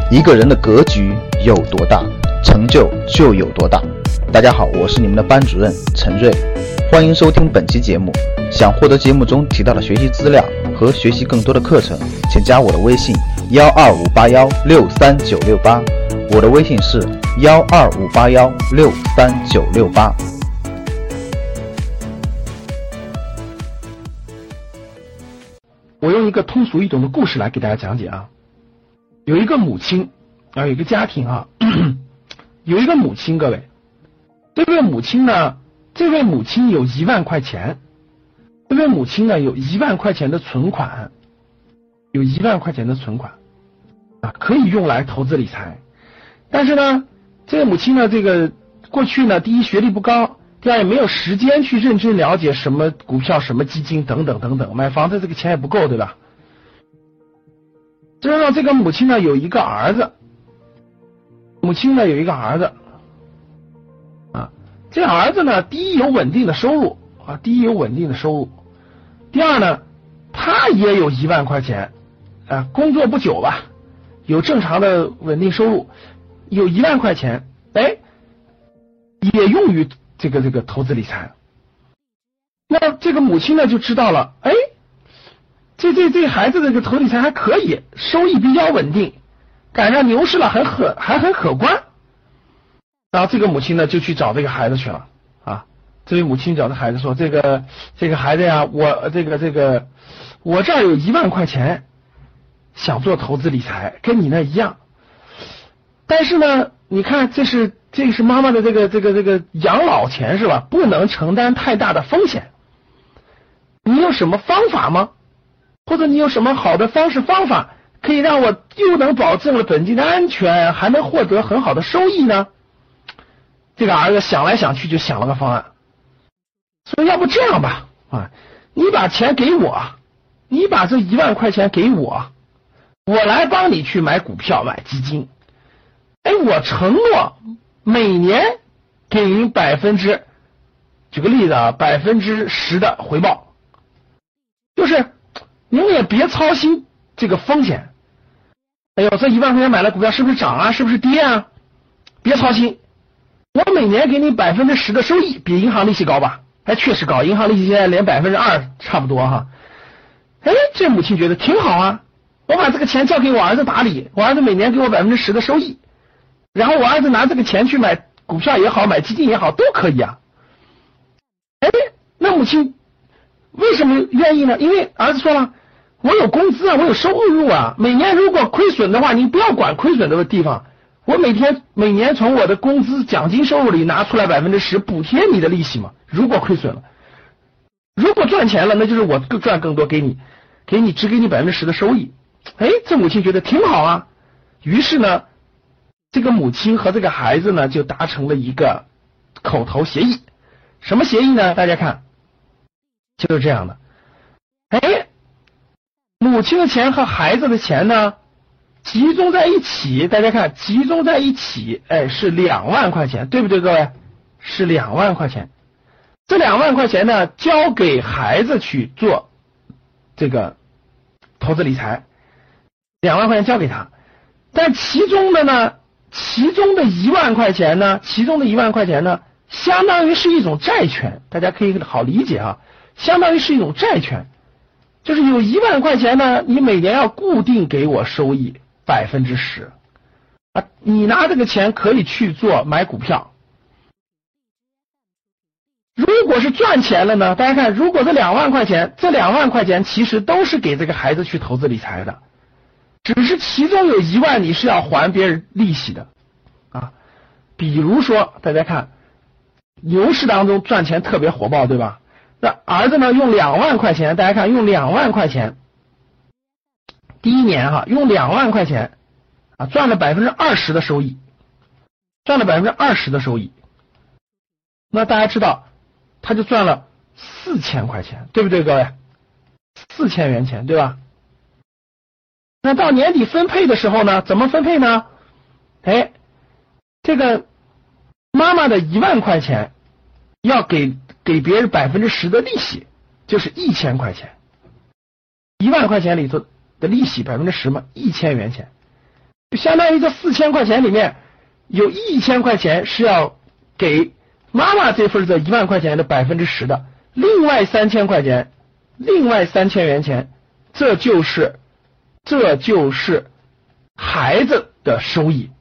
一个人的格局有多大，成就有多大。大家好，我是你们的班主任陈瑞，欢迎收听本期节目。想获得节目中提到的学习资料和学习更多的课程，请加我的微信12581639668，我的微信是12581639668。 我用一个通俗易懂的故事来给大家讲解啊。有一个母亲有一个家庭啊，有一个母亲，各位，这位母亲有1万块钱，这位母亲呢有1万块钱的存款，可以用来投资理财。但是呢，这个母亲呢，过去呢，第一学历不高，第二也没有时间去认真了解什么股票、什么基金等等等等，买房子这个钱也不够，对吧？这让这个母亲呢有一个儿子，这儿子呢，第一有稳定的收入，第二呢，他也有1万块钱，工作不久吧，有正常的稳定收入，有1万块钱，也用于这个投资理财。那这个母亲呢就知道了，这孩子的这个投资理财还可以，收益比较稳定，赶上牛市了还很可观。然后这个母亲呢就去找这个孩子去了啊。这位母亲找这孩子说，这个孩子呀，我这儿有1万块钱，想做投资理财，跟你那一样。但是呢，你看这是妈妈的这个养老钱是吧？不能承担太大的风险。你有什么方法吗？或者你有什么好的方法可以让我又能保证了本金的安全，还能获得很好的收益呢？这个儿子想来想去就想了个方案，说要不这样吧，你把钱给我，你把这1万块钱给我，我来帮你去买股票买基金，我承诺每年给您举个例子啊，10%的回报，就是您也别操心这个风险。这1万块钱买了股票是不是涨啊，是不是跌啊？别操心，我每年给你10%的收益，比银行利息高吧？确实高，银行利息现在连2%差不多哈。这母亲觉得挺好啊，我把这个钱交给我儿子打理，我儿子每年给我10%的收益，然后我儿子拿这个钱去买股票也好，买基金也好，都可以啊。那母亲为什么愿意呢？因为儿子说了，我有工资啊，我有收入啊，每年如果亏损的话，你不要管亏损的地方，我每年从我的工资奖金收入里拿出来10%补贴你的利息嘛。如果亏损了，如果赚钱了，那就是我赚更多，只给你10%的收益。这母亲觉得挺好啊。于是呢，这个母亲和这个孩子呢就达成了一个口头协议。什么协议呢？大家看，就是这样的。母亲的钱和孩子的钱呢集中在一起，大家看，集中在一起，是2万块钱，对不对各位？是2万块钱。这2万块钱呢交给孩子去做这个投资理财，2万块钱交给他。但其中的1万块钱呢，相当于是一种债权，大家可以好理解啊，相当于是一种债权。就是有1万块钱呢，你每年要固定给我收益10%啊，你拿这个钱可以去买股票。如果是赚钱了呢，大家看，如果这2万块钱其实都是给这个孩子去投资理财的，只是其中有1万你是要还别人利息的啊。比如说大家看，牛市当中赚钱特别火爆，对吧？那儿子呢用2万块钱，大家看，用2万块钱，第一年用2万块钱赚了20%的收益，那大家知道他就赚了4000块钱，对不对各位？4000元钱，对吧？那到年底分配的时候呢，怎么分配呢？这个妈妈的1万块钱要给别人10%的利息，就是1000块钱。1万块钱里头的利息10%嘛，1000元钱。 就相当于这4000块钱里面有1000块钱是要给妈妈这份这1万块钱的10%的，另外3000块钱，另外3000元钱，这就是孩子的收益。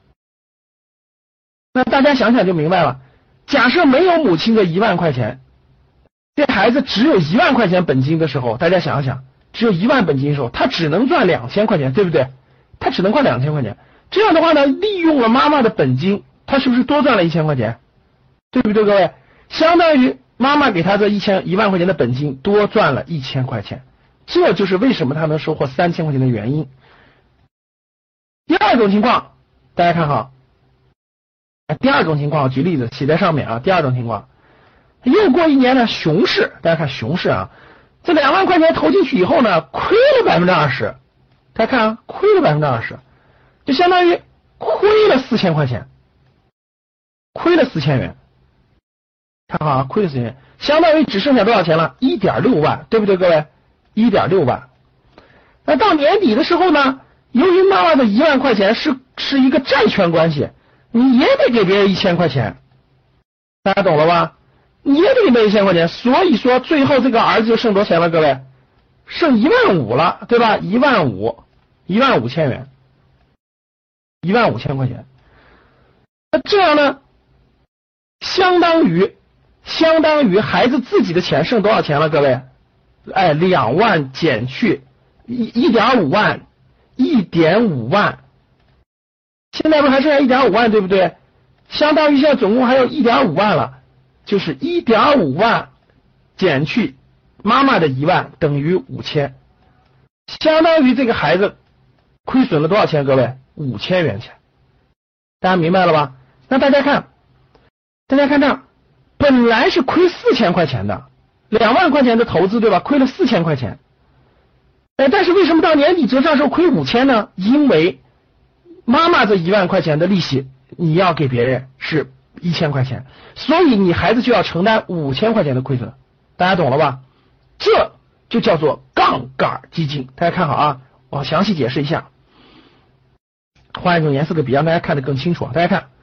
那大家想想就明白了，假设没有母亲的1万块钱，这孩子只有1万块钱本金的时候，大家想想，只有1万本金的时候，他只能赚2000块钱，对不对？他只能赚2000块钱。这样的话呢，利用了妈妈的本金，他是不是多赚了1000块钱？对不对，各位？相当于妈妈给他这1万块钱的本金多赚了1000块钱，这就是为什么他能收获3000块钱的原因。第二种情况，大家看好，第二种情况，我举例子写在上面啊。第二种情况，又过1年呢，熊市，大家看熊市啊，这2万块钱投进去以后呢，亏了20%，大家看啊，亏了20%，就相当于亏了4000块钱，亏了4000元。看好啊，亏了4000元，相当于只剩下多少钱了？ 1.6 万，对不对，各位？ 1.6 万。那到年底的时候呢，由于妈妈的1万块钱是一个债权关系，你也得给别人1000块钱，大家懂了吧？你也得给别人1000块钱，所以说最后这个儿子就剩多少钱了，各位？剩15000了，对吧？15000元，15000块钱。那这样呢，相当于孩子自己的钱剩多少钱了，各位？2万减去1.5万，1.5万，现在不还剩下1.5万，对不对？相当于现在总共还有1.5万了，就是1.5万减去妈妈的1万等于5000，相当于这个孩子亏损了多少钱，各位？5000元钱，大家明白了吧？那大家看这儿，本来是亏4000块钱的，2万块钱的投资，对吧？亏了4000块钱。但是为什么到年底折账时候亏5000呢？因为妈妈这1万块钱的利息你要给别人是1000块钱，所以你孩子就要承担5000块钱的亏损，大家懂了吧？这就叫做杠杆基金。大家看好啊，我详细解释一下，换一种颜色的笔让大家看得更清楚。大家看，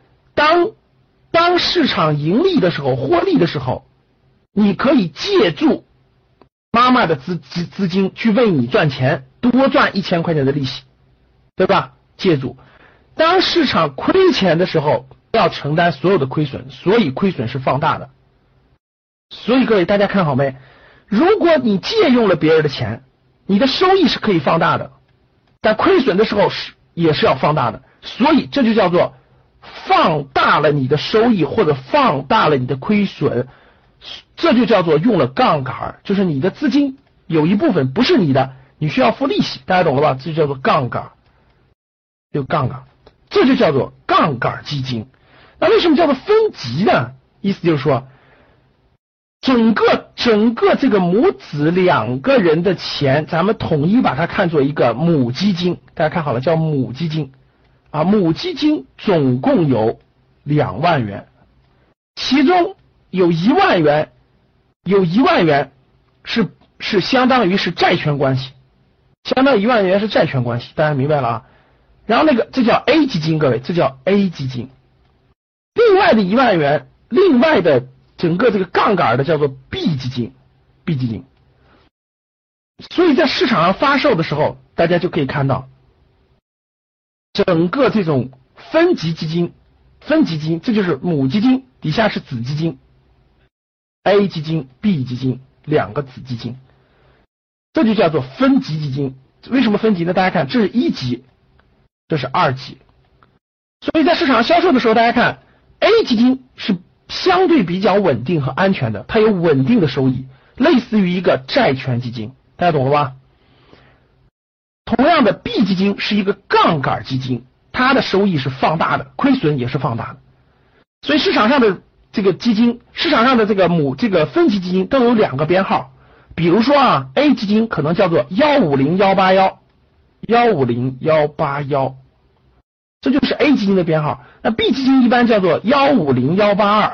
当市场盈利的时候，获利的时候，你可以借助妈妈的资金去为你赚钱，多赚1000块钱的利息，对吧？借助。当市场亏钱的时候，要承担所有的亏损，所以亏损是放大的。所以各位大家看好没？如果你借用了别人的钱，你的收益是可以放大的，但亏损的时候也是要放大的，所以这就叫做放大了你的收益或者放大了你的亏损，这就叫做用了杠杆，就是你的资金有一部分不是你的，你需要付利息，大家懂了吧？这就叫做杠杆，有杠杆，这就叫做杠杆基金。那为什么叫做分级呢？意思就是说，整个这个母子2个人的钱，咱们统一把它看作一个母基金，大家看好了，叫母基金啊。母基金总共有2万元，其中有1万元是相当于是债权关系，相当于1万元是债权关系，大家明白了啊？然后这叫 A 基金，各位，这叫 A 基金。另外的1万元，另外的整个这个杠杆的叫做 B 基金。所以在市场上发售的时候，大家就可以看到，整个这种分级基金，这就是母基金，底下是子基金 ，A 基金、B 基金2个子基金，这就叫做分级基金。为什么分级呢？大家看，这是1级，这是2级。所以在市场上销售的时候，大家看 A 基金是相对比较稳定和安全的，它有稳定的收益，类似于一个债权基金，大家懂了吧？同样的 B 基金是一个杠杆基金，它的收益是放大的，亏损也是放大的。所以市场上的这个基金，市场上的这个分级基金都有2个编号，比如说啊 A 基金可能叫做150181，这就是 A 基金的编号。那 B 基金一般叫做150182，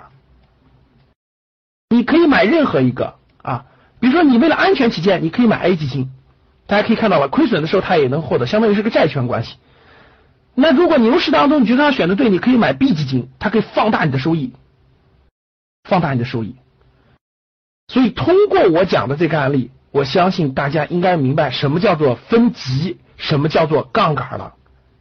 你可以买任何一个啊，比如说你为了安全起见，你可以买 A 基金，大家可以看到了，亏损的时候它也能获得，相当于是个债权关系。 那如果牛市当中你觉得它选的对，你可以买 B 基金，它可以放大你的收益，所以通过我讲的这个案例，我相信大家应该明白什么叫做分级，什么叫做杠杆了。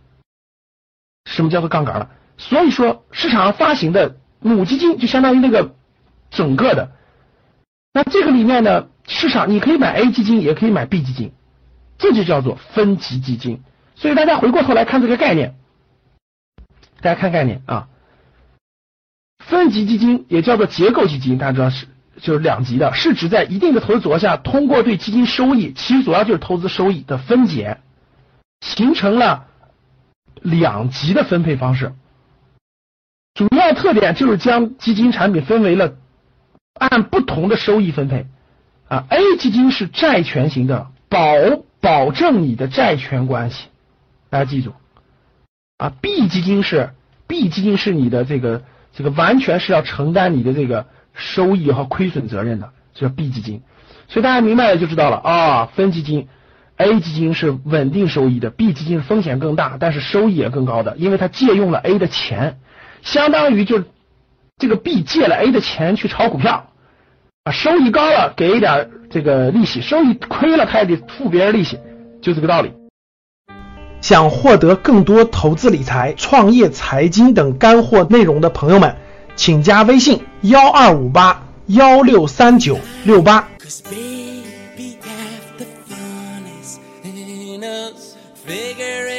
所以说市场上发行的母基金就相当于那个整个的，那这个里面呢，市场你可以买 A 基金，也可以买 B 基金，这就叫做分级基金。所以大家回过头来看这个概念，大家看概念啊，分级基金也叫做结构基金，大家知道就是两级的，是指在一定的投资组合下，通过对基金收益，其实主要就是投资收益的分解，形成了两级的分配方式。主要特点就是将基金产品分为了按不同的收益分配啊。A 基金是债权型的，保证你的债权关系，大家记住啊。B 基金是你的这个完全是要承担你的这个收益和亏损责任的，这叫 B 基金。所以大家明白了就知道了啊。分基金 A 基金是稳定收益的， B 基金是风险更大但是收益也更高的，因为它借用了 A 的钱，相当于就这个 B 借了 A 的钱去炒股票啊，收益高了给一点这个利息，收益亏了他也得付别人利息，就这个道理。 想获得更多投资理财、创业财经等干货内容的朋友们，请加微信1258163968。